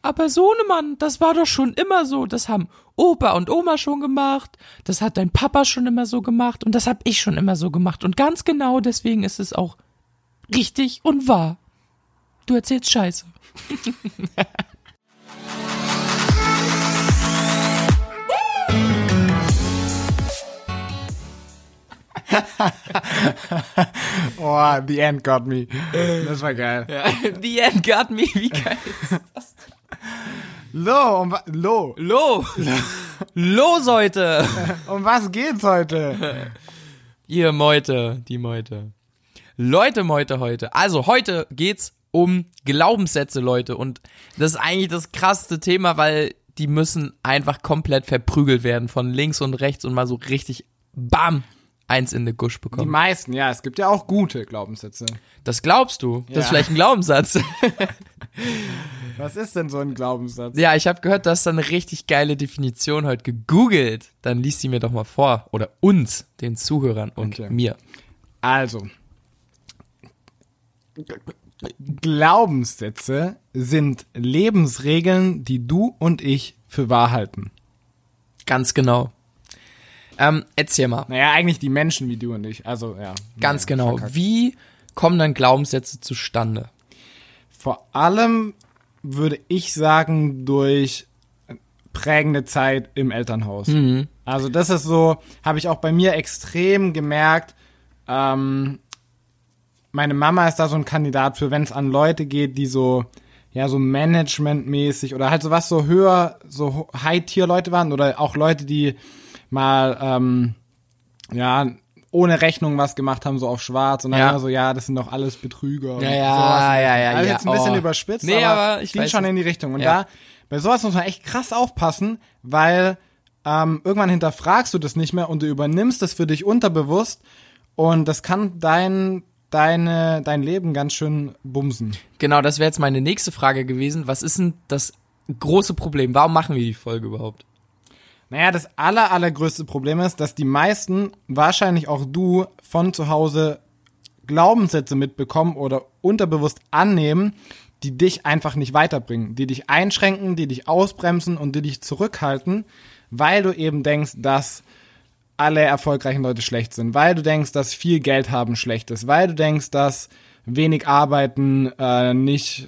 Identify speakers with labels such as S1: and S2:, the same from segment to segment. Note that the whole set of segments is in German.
S1: aber Sohnemann, das war doch schon immer so. Das haben Opa und Oma schon gemacht. Das hat dein Papa schon immer so gemacht. Und das hab ich schon immer so gemacht. Und ganz genau deswegen ist es auch richtig und wahr. Du erzählst Scheiße.
S2: Oh, the end got me. Das war geil.
S1: Ja, the end got me. Wie geil ist das?
S2: Lo.
S1: Los heute.
S2: Um was geht's heute?
S1: Ihr Meute, die Meute. Leute, Meute heute. Also heute geht's um Glaubenssätze, Leute. Und das ist eigentlich das krasseste Thema, weil die müssen einfach komplett verprügelt werden von links und rechts und mal so richtig bam, eins in den Gusch
S2: Die
S1: bekommen.
S2: meisten, ja. Es gibt ja auch gute Glaubenssätze.
S1: Das glaubst du? Das ist
S2: Ja.
S1: vielleicht ein Glaubenssatz.
S2: Was ist denn so ein Glaubenssatz?
S1: Ja, ich habe gehört, du hast da eine richtig geile Definition heute gegoogelt. Dann lies sie mir doch mal vor. Oder uns, den Zuhörern und
S2: Okay.
S1: mir.
S2: Also, Glaubenssätze sind Lebensregeln, die du und ich für wahr halten.
S1: Ganz genau. Erzähl mal.
S2: Naja, eigentlich die Menschen wie du und ich. Also, ja.
S1: Ganz
S2: Naja,
S1: genau.
S2: verkackt.
S1: Wie kommen dann Glaubenssätze zustande?
S2: Vor allem würde ich sagen, durch prägende Zeit im Elternhaus. Also das ist so, habe ich auch bei mir extrem gemerkt. Meine Mama ist da so ein Kandidat für, wenn es an Leute geht, die so, ja, so managementmäßig oder halt so was so höher, so High-Tier-Leute waren oder auch Leute, die mal, ja, ohne Rechnung was gemacht haben, so auf schwarz und dann
S1: Ja.
S2: immer so, ja, das sind doch alles Betrüger. und
S1: Ja,
S2: sowas.
S1: ja.
S2: Also jetzt ein bisschen
S1: Oh.
S2: überspitzt,
S1: Nee, aber ich
S2: ging
S1: weiß
S2: schon
S1: es.
S2: in die Richtung. Und
S1: Ja.
S2: da, bei sowas muss man echt krass aufpassen, weil irgendwann hinterfragst du das nicht mehr und du übernimmst das für dich unterbewusst und das kann dein Leben ganz schön bumsen.
S1: Genau, das wäre jetzt meine nächste Frage gewesen. Was ist denn das große Problem? Warum machen wir die Folge überhaupt?
S2: Naja, das allergrößte Problem ist, dass die meisten, wahrscheinlich auch du, von zu Hause Glaubenssätze mitbekommen oder unterbewusst annehmen, die dich einfach nicht weiterbringen, die dich einschränken, die dich ausbremsen und die dich zurückhalten, weil du eben denkst, dass alle erfolgreichen Leute schlecht sind, weil du denkst, dass viel Geld haben schlecht ist, weil du denkst, dass wenig arbeiten nicht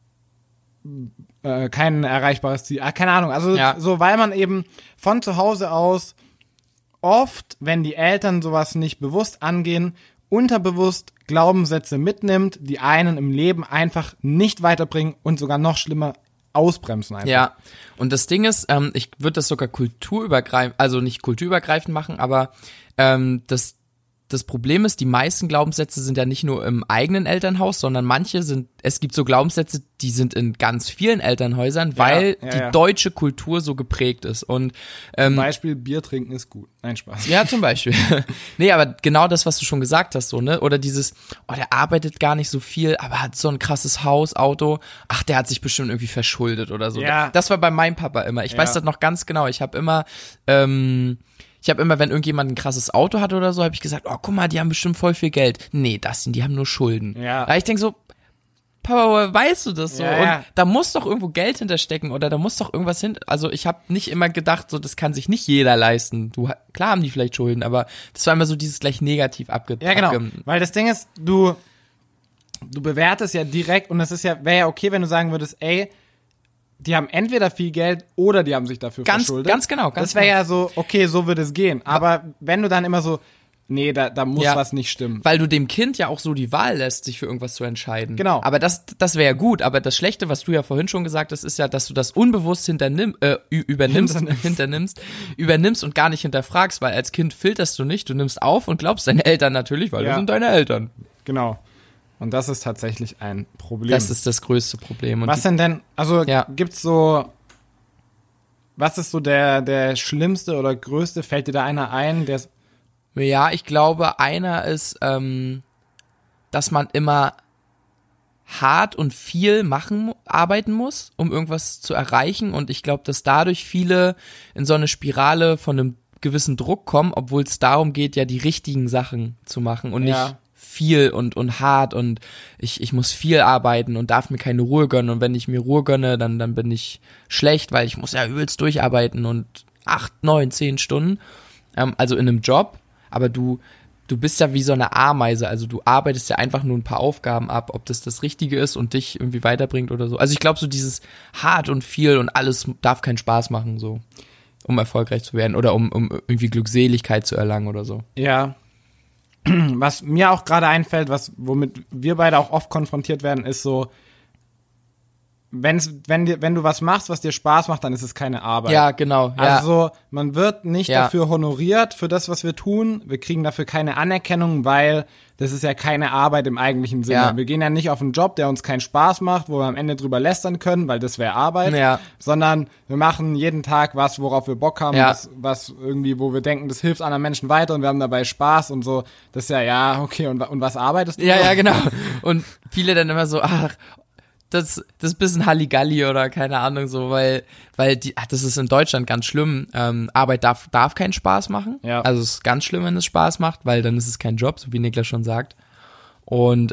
S2: kein erreichbares Ziel, keine Ahnung, also
S1: Ja.
S2: so, weil man eben von zu Hause aus oft, wenn die Eltern sowas nicht bewusst angehen, unterbewusst Glaubenssätze mitnimmt, die einen im Leben einfach nicht weiterbringen und sogar noch schlimmer ausbremsen einfach.
S1: Ja, und das Ding ist, ich würde das sogar kulturübergreifend, also nicht kulturübergreifend machen, aber das Problem ist, die meisten Glaubenssätze sind ja nicht nur im eigenen Elternhaus, sondern es gibt so Glaubenssätze, die sind in ganz vielen Elternhäusern, weil
S2: ja,
S1: die
S2: ja.
S1: deutsche Kultur so geprägt ist. Und
S2: Zum Beispiel Bier trinken ist gut. Nein, Spaß.
S1: ja, zum Beispiel. Nee, aber genau das, was du schon gesagt hast, so, ne? Oder dieses, oh, der arbeitet gar nicht so viel, aber hat so ein krasses Haus, Auto. Ach, der hat sich bestimmt irgendwie verschuldet oder so.
S2: Ja.
S1: Das war bei meinem Papa immer. Ich weiß das noch ganz genau. Ich habe immer, wenn irgendjemand ein krasses Auto hat oder so, habe ich gesagt, oh, guck mal, die haben bestimmt voll viel Geld. Nee, die haben nur Schulden.
S2: Ja.
S1: Da ich denke so, Papa, woher weißt du das so?
S2: Ja, ja.
S1: Und da muss doch irgendwo Geld hinterstecken oder da muss doch irgendwas hin. Also ich habe nicht immer gedacht, so das kann sich nicht jeder leisten. Klar haben die vielleicht Schulden, aber das war immer so dieses gleich negativ
S2: Ja, genau. Weil das Ding ist, du bewertest ja direkt und das wäre ja okay, wenn du sagen würdest, ey, die haben entweder viel Geld oder die haben sich dafür verschuldet.
S1: Ganz genau.
S2: Das wäre ja so, okay, so würde es gehen. Aber wenn du dann immer so, nee, da muss
S1: Ja.
S2: was nicht stimmen.
S1: Weil du dem Kind ja auch so die Wahl lässt, sich für irgendwas zu entscheiden.
S2: Genau.
S1: Aber das wäre ja gut. Aber das Schlechte, was du ja vorhin schon gesagt hast, ist ja, dass du das unbewusst übernimmst und gar nicht hinterfragst, weil als Kind filterst du nicht, du nimmst auf und glaubst deinen Eltern natürlich, weil
S2: Ja.
S1: das sind deine Eltern.
S2: Genau. Und das ist tatsächlich ein Problem.
S1: Das ist das größte Problem. Und
S2: was denn denn, also
S1: Ja.
S2: gibt's so, was ist so der schlimmste oder größte, fällt dir da einer ein, der
S1: ja, ich glaube, einer ist, dass man immer hart und viel arbeiten muss, um irgendwas zu erreichen. Und ich glaube, dass dadurch viele in so eine Spirale von einem gewissen Druck kommen, obwohl es darum geht, ja die richtigen Sachen zu machen und
S2: Ja.
S1: nicht viel und hart und ich muss viel arbeiten und darf mir keine Ruhe gönnen und wenn ich mir Ruhe gönne, dann bin ich schlecht, weil ich muss ja übelst durcharbeiten und 8, 9, 10 Stunden, also in einem Job, aber du bist ja wie so eine Ameise, also du arbeitest ja einfach nur ein paar Aufgaben ab, ob das Richtige ist und dich irgendwie weiterbringt oder so. Also ich glaube so dieses hart und viel und alles darf keinen Spaß machen, so, um erfolgreich zu werden oder um irgendwie Glückseligkeit zu erlangen oder so.
S2: Ja. Was mir auch gerade einfällt, womit wir beide auch oft konfrontiert werden, ist so, wenn du was machst, was dir Spaß macht, dann ist es keine Arbeit.
S1: Ja, genau.
S2: Also so, man wird nicht dafür honoriert für das, was wir tun. Wir kriegen dafür keine Anerkennung, weil das ist ja keine Arbeit im eigentlichen Sinne.
S1: Ja.
S2: Wir gehen ja nicht auf einen Job, der uns keinen Spaß macht, wo wir am Ende drüber lästern können, weil das wäre Arbeit, sondern wir machen jeden Tag was, worauf wir Bock haben, was irgendwie, wo wir denken, das hilft anderen Menschen weiter und wir haben dabei Spaß und so. Das ist ja, okay, und was arbeitest du?
S1: Ja, genau. Und viele dann immer so, das ist bisschen Halligalli oder keine Ahnung so, weil das ist in Deutschland ganz schlimm. Arbeit darf keinen Spaß machen.
S2: Ja.
S1: Also es ist ganz schlimm, wenn es Spaß macht, weil dann ist es kein Job, so wie Niklas schon sagt. Und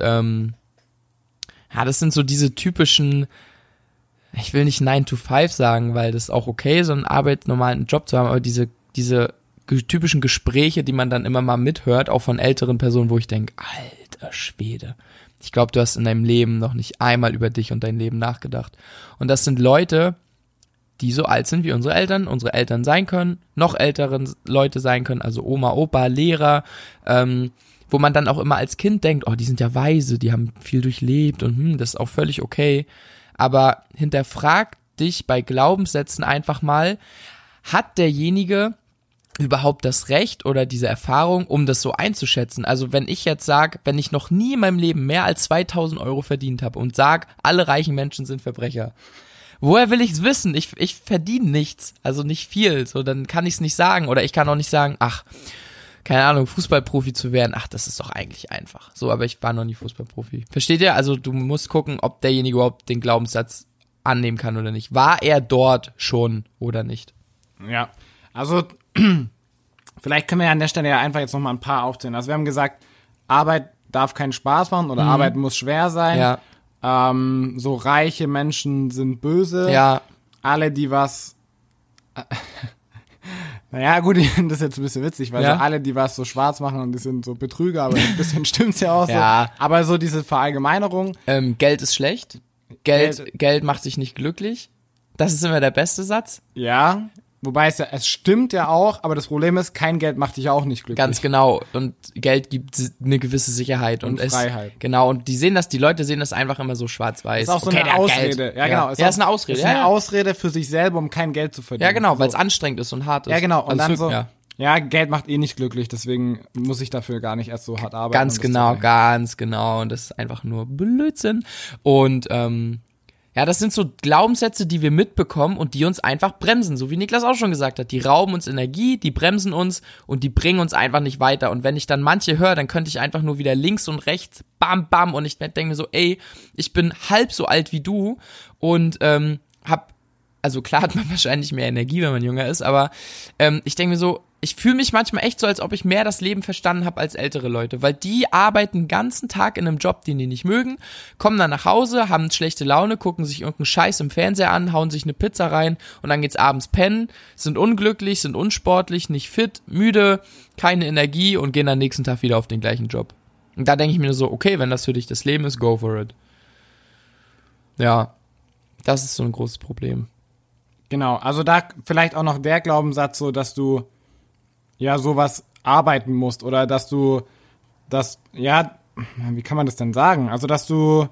S1: das sind so diese typischen, ich will nicht 9 to 5 sagen, weil das ist auch okay, so einen normalen Job zu haben, aber diese typischen Gespräche, die man dann immer mal mithört, auch von älteren Personen, wo ich denke, alter Schwede. Ich glaube, du hast in deinem Leben noch nicht einmal über dich und dein Leben nachgedacht. Und das sind Leute, die so alt sind wie unsere Eltern sein können, noch älteren Leute sein können, also Oma, Opa, Lehrer, wo man dann auch immer als Kind denkt, oh, die sind ja weise, die haben viel durchlebt und das ist auch völlig okay. Aber hinterfrag dich bei Glaubenssätzen einfach mal, hat derjenige überhaupt das Recht oder diese Erfahrung, um das so einzuschätzen? Also wenn ich jetzt sage, wenn ich noch nie in meinem Leben mehr als 2.000 Euro verdient habe und sage, alle reichen Menschen sind Verbrecher, woher will ich's wissen? Ich verdiene nichts, also nicht viel, so dann kann ich's nicht sagen oder ich kann auch nicht sagen, keine Ahnung, Fußballprofi zu werden, das ist doch eigentlich einfach. So, aber ich war noch nie Fußballprofi. Versteht ihr? Also du musst gucken, ob derjenige überhaupt den Glaubenssatz annehmen kann oder nicht. War er dort schon oder nicht?
S2: Ja, also vielleicht können wir ja an der Stelle ja einfach jetzt nochmal ein paar aufzählen. Also wir haben gesagt, Arbeit darf keinen Spaß machen oder Arbeit muss schwer sein.
S1: Ja.
S2: So reiche Menschen sind böse.
S1: Ja.
S2: Alle, die was... Naja, gut, das ist jetzt ein bisschen witzig, weil so alle, die was so schwarz machen und die sind so Betrüger, aber ein bisschen stimmt's ja auch so. Aber so diese Verallgemeinerung.
S1: Geld ist schlecht. Geld macht dich nicht glücklich. Das ist immer der beste Satz.
S2: Ja. Wobei es stimmt ja auch, aber das Problem ist, kein Geld macht dich ja auch nicht glücklich.
S1: Ganz genau. Und Geld gibt eine gewisse Sicherheit. Und
S2: Freiheit.
S1: Genau. Und die Leute sehen das einfach immer so schwarz-weiß.
S2: Das ist auch so eine Ausrede.
S1: Geld.
S2: Ja, genau.
S1: Ist eine Ausrede.
S2: Ist eine Ausrede für sich selber, um kein Geld zu verdienen.
S1: Ja, genau, weil es anstrengend ist und hart ist.
S2: Ja, genau. Und
S1: also
S2: dann ja, Geld macht eh nicht glücklich, deswegen muss ich dafür gar nicht erst so hart arbeiten.
S1: Ganz genau. Und das ist einfach nur Blödsinn. Und das sind so Glaubenssätze, die wir mitbekommen und die uns einfach bremsen, so wie Niklas auch schon gesagt hat. Die rauben uns Energie, die bremsen uns und die bringen uns einfach nicht weiter. Und wenn ich dann manche höre, dann könnte ich einfach nur wieder links und rechts, bam, bam, und ich denke mir so, ich bin halb so alt wie du und also klar hat man wahrscheinlich mehr Energie, wenn man jünger ist, aber ich denke mir so, ich fühle mich manchmal echt so, als ob ich mehr das Leben verstanden habe als ältere Leute, weil die arbeiten den ganzen Tag in einem Job, den die nicht mögen, kommen dann nach Hause, haben schlechte Laune, gucken sich irgendeinen Scheiß im Fernseher an, hauen sich eine Pizza rein und dann geht's abends pennen, sind unglücklich, sind unsportlich, nicht fit, müde, keine Energie und gehen am nächsten Tag wieder auf den gleichen Job. Und da denke ich mir so, okay, wenn das für dich das Leben ist, go for it. Ja, das ist so ein großes Problem.
S2: Genau, also da vielleicht auch noch der Glaubenssatz so, dass du ja sowas arbeiten musst oder dass du wie kann man das denn sagen? Also dass du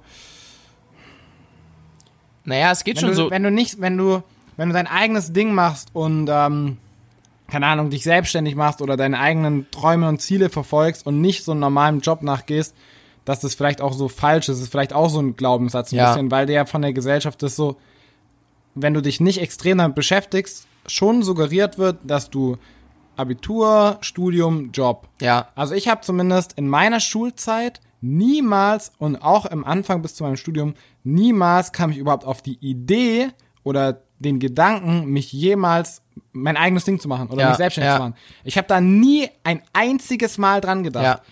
S1: es geht schon so.
S2: Wenn du dein eigenes Ding machst und keine Ahnung, dich selbstständig machst oder deine eigenen Träume und Ziele verfolgst und nicht so einen normalen Job nachgehst, dass das vielleicht auch so falsch ist. Das ist vielleicht auch so ein Glaubenssatz ein bisschen, weil der von der Gesellschaft das so, wenn du dich nicht extrem damit beschäftigst, schon suggeriert wird, dass du Abitur, Studium, Job.
S1: Ja.
S2: Also ich habe zumindest in meiner Schulzeit niemals und auch im Anfang bis zu meinem Studium niemals kam ich überhaupt auf die Idee oder den Gedanken, mich jemals mein eigenes Ding zu machen oder mich selbstständig zu machen. Ich habe da nie ein einziges Mal dran gedacht. Ja.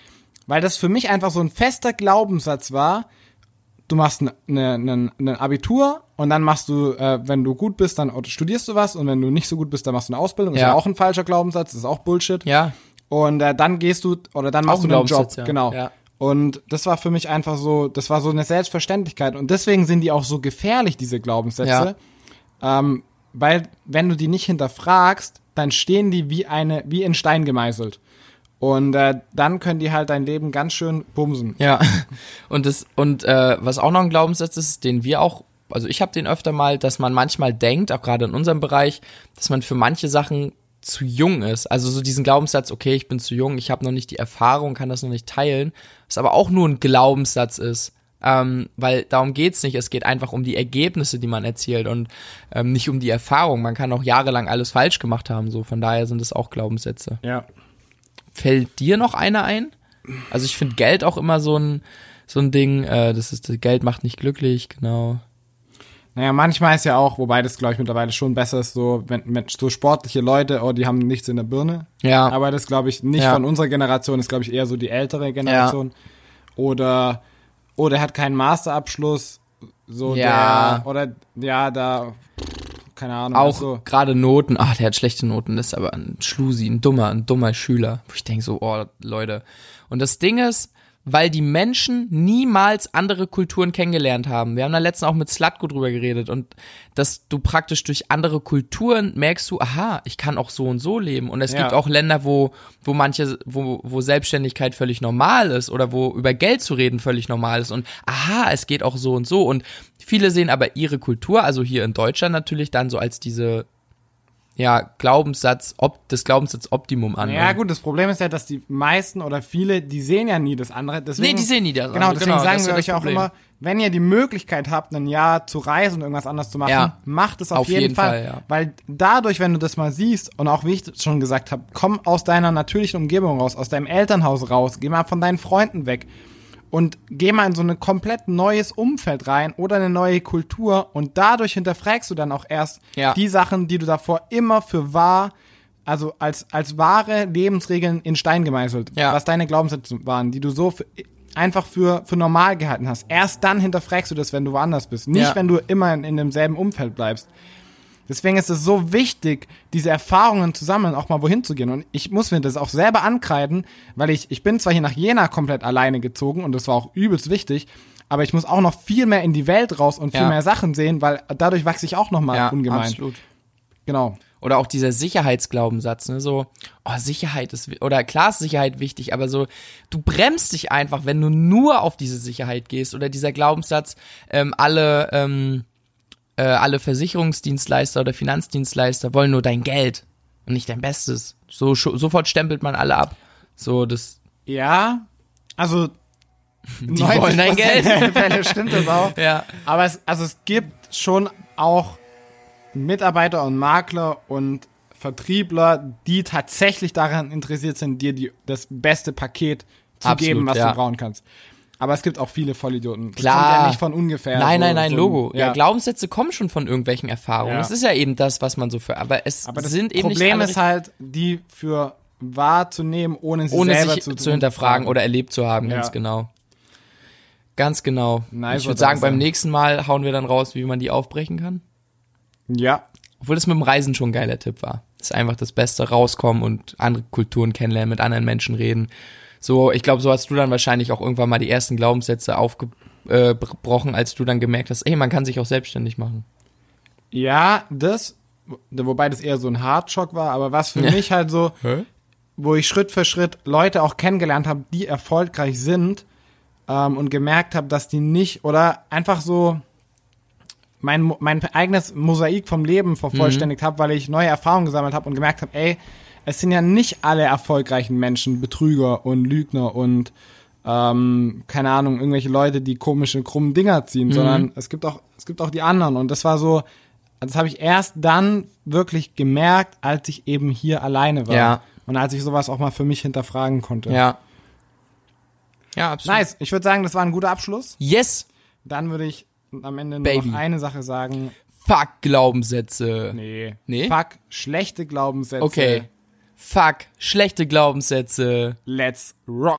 S2: weil das für mich einfach so ein fester Glaubenssatz war. Du machst ein Abitur und dann machst du, wenn du gut bist, dann studierst du was und wenn du nicht so gut bist, dann machst du eine Ausbildung. Das ist ja auch ein falscher Glaubenssatz, das ist auch Bullshit.
S1: Ja.
S2: Und dann gehst du, oder dann machst du einen Job.
S1: Ja.
S2: Genau.
S1: Ja.
S2: Und das war für mich einfach so, das war so eine Selbstverständlichkeit. Und deswegen sind die auch so gefährlich, diese Glaubenssätze. Ja. Weil, wenn du die nicht hinterfragst, dann stehen die wie in Stein gemeißelt. Und dann können die halt dein Leben ganz schön bumsen.
S1: Ja. Und was auch noch ein Glaubenssatz ist, den wir auch, also ich habe den öfter mal, dass man manchmal denkt, auch gerade in unserem Bereich, dass man für manche Sachen zu jung ist. Also so diesen Glaubenssatz, okay, ich bin zu jung, ich habe noch nicht die Erfahrung, kann das noch nicht teilen, was aber auch nur ein Glaubenssatz ist. Weil darum geht's nicht, es geht einfach um die Ergebnisse, die man erzielt und nicht um die Erfahrung. Man kann auch jahrelang alles falsch gemacht haben, so von daher sind es auch Glaubenssätze.
S2: Ja.
S1: Fällt dir noch einer ein? Also ich finde Geld auch immer so ein Ding, Geld macht nicht glücklich, genau.
S2: Naja, manchmal ist ja auch, wobei das, glaube ich, mittlerweile schon besser ist, so, wenn so sportliche Leute, die haben nichts in der Birne.
S1: Ja.
S2: Aber das, glaube ich, nicht von unserer Generation, ist, glaube ich, eher so die ältere Generation. Ja. Oder er hat keinen Masterabschluss, so keine Ahnung.
S1: Auch
S2: so.
S1: Gerade Noten, der hat schlechte Noten, das ist aber ein Schlusi, ein dummer Schüler. Wo ich denke so, Leute. Und das Ding ist, weil die Menschen niemals andere Kulturen kennengelernt haben. Wir haben da letztens auch mit Slatko drüber geredet und dass du praktisch durch andere Kulturen merkst du, aha, ich kann auch so und so leben. Und es gibt auch Länder, wo Selbstständigkeit völlig normal ist oder wo über Geld zu reden völlig normal ist und aha, es geht auch so und so. Und viele sehen aber ihre Kultur, also hier in Deutschland natürlich, dann so als diese das Glaubenssatz-Optimum an.
S2: Ja gut, das Problem ist ja, dass die meisten oder viele, die sehen ja nie das andere. Deswegen,
S1: die sehen nie das
S2: andere. Genau, deswegen sagen wir
S1: euch
S2: euch auch immer, wenn ihr die Möglichkeit habt, ein Jahr zu reisen und irgendwas anderes zu machen, macht es auf jeden Fall.
S1: Ja.
S2: Weil dadurch, wenn du das mal siehst und auch wie ich schon gesagt habe, komm aus deiner natürlichen Umgebung raus, aus deinem Elternhaus raus, geh mal von deinen Freunden weg und geh mal in so ein komplett neues Umfeld rein oder eine neue Kultur und dadurch hinterfragst du dann auch erst die Sachen, die du davor immer für wahr, also als wahre Lebensregeln in Stein gemeißelt, was deine Glaubenssätze waren, die du so einfach für normal gehalten hast. Erst dann hinterfragst du das, wenn du woanders bist, nicht wenn du immer in demselben Umfeld bleibst. Deswegen ist es so wichtig, diese Erfahrungen zu sammeln, auch mal wohin zu gehen. Und ich muss mir das auch selber ankreiden, weil ich bin zwar hier nach Jena komplett alleine gezogen und das war auch übelst wichtig, aber ich muss auch noch viel mehr in die Welt raus und viel mehr Sachen sehen, weil dadurch wachse ich auch nochmal ungemein.
S1: Absolut.
S2: Genau.
S1: Oder auch dieser Sicherheitsglaubenssatz, ne, so, Sicherheit ist, oder klar ist Sicherheit wichtig, aber so, du bremst dich einfach, wenn du nur auf diese Sicherheit gehst, oder dieser Glaubenssatz, alle Versicherungsdienstleister oder Finanzdienstleister wollen nur dein Geld und nicht dein Bestes. So sofort stempelt man alle ab. So das.
S2: Ja, also
S1: die wollen dein Geld.
S2: Fälle stimmt das auch.
S1: Ja.
S2: Aber es gibt schon auch Mitarbeiter und Makler und Vertriebler, die tatsächlich daran interessiert sind, dir das beste Paket zu geben, was du brauchen kannst. Aber es gibt auch viele Vollidioten.
S1: Klar.
S2: Das kommt ja nicht von ungefähr.
S1: Nein, Logo. Ja, Glaubenssätze kommen schon von irgendwelchen Erfahrungen. Das ist ja eben das, was man so
S2: aber das
S1: sind eben
S2: Problem
S1: nicht
S2: ist halt, die für wahrzunehmen, ohne selber
S1: sich zu hinterfragen oder erlebt zu haben, ganz genau. Ganz genau. Ich würde sagen, beim nächsten Mal hauen wir dann raus, wie man die aufbrechen kann.
S2: Ja.
S1: Obwohl das mit dem Reisen schon ein geiler Tipp war. Das ist einfach das Beste, rauskommen und andere Kulturen kennenlernen, mit anderen Menschen reden. So, ich glaube, so hast du dann wahrscheinlich auch irgendwann mal die ersten Glaubenssätze aufgebrochen, als du dann gemerkt hast, man kann sich auch selbstständig machen.
S2: Ja, wobei das eher so ein Hardschock war, aber was für mich halt so, wo ich Schritt für Schritt Leute auch kennengelernt habe, die erfolgreich sind und gemerkt habe, dass die nicht, oder einfach so mein eigenes Mosaik vom Leben vervollständigt habe, weil ich neue Erfahrungen gesammelt habe und gemerkt habe, es sind ja nicht alle erfolgreichen Menschen Betrüger und Lügner und keine Ahnung, irgendwelche Leute, die komische, krummen Dinger ziehen, sondern es gibt auch die anderen. Und das war so, das habe ich erst dann wirklich gemerkt, als ich eben hier alleine war.
S1: Ja.
S2: Und als ich sowas auch mal für mich hinterfragen konnte.
S1: Ja. Ja, absolut.
S2: Nice. Ich würde sagen, das war ein guter Abschluss.
S1: Yes.
S2: Dann würde ich am Ende nur noch eine Sache sagen.
S1: Fuck Glaubenssätze.
S2: Nee? Fuck schlechte Glaubenssätze.
S1: Okay. Fuck schlechte Glaubenssätze.
S2: Let's rock.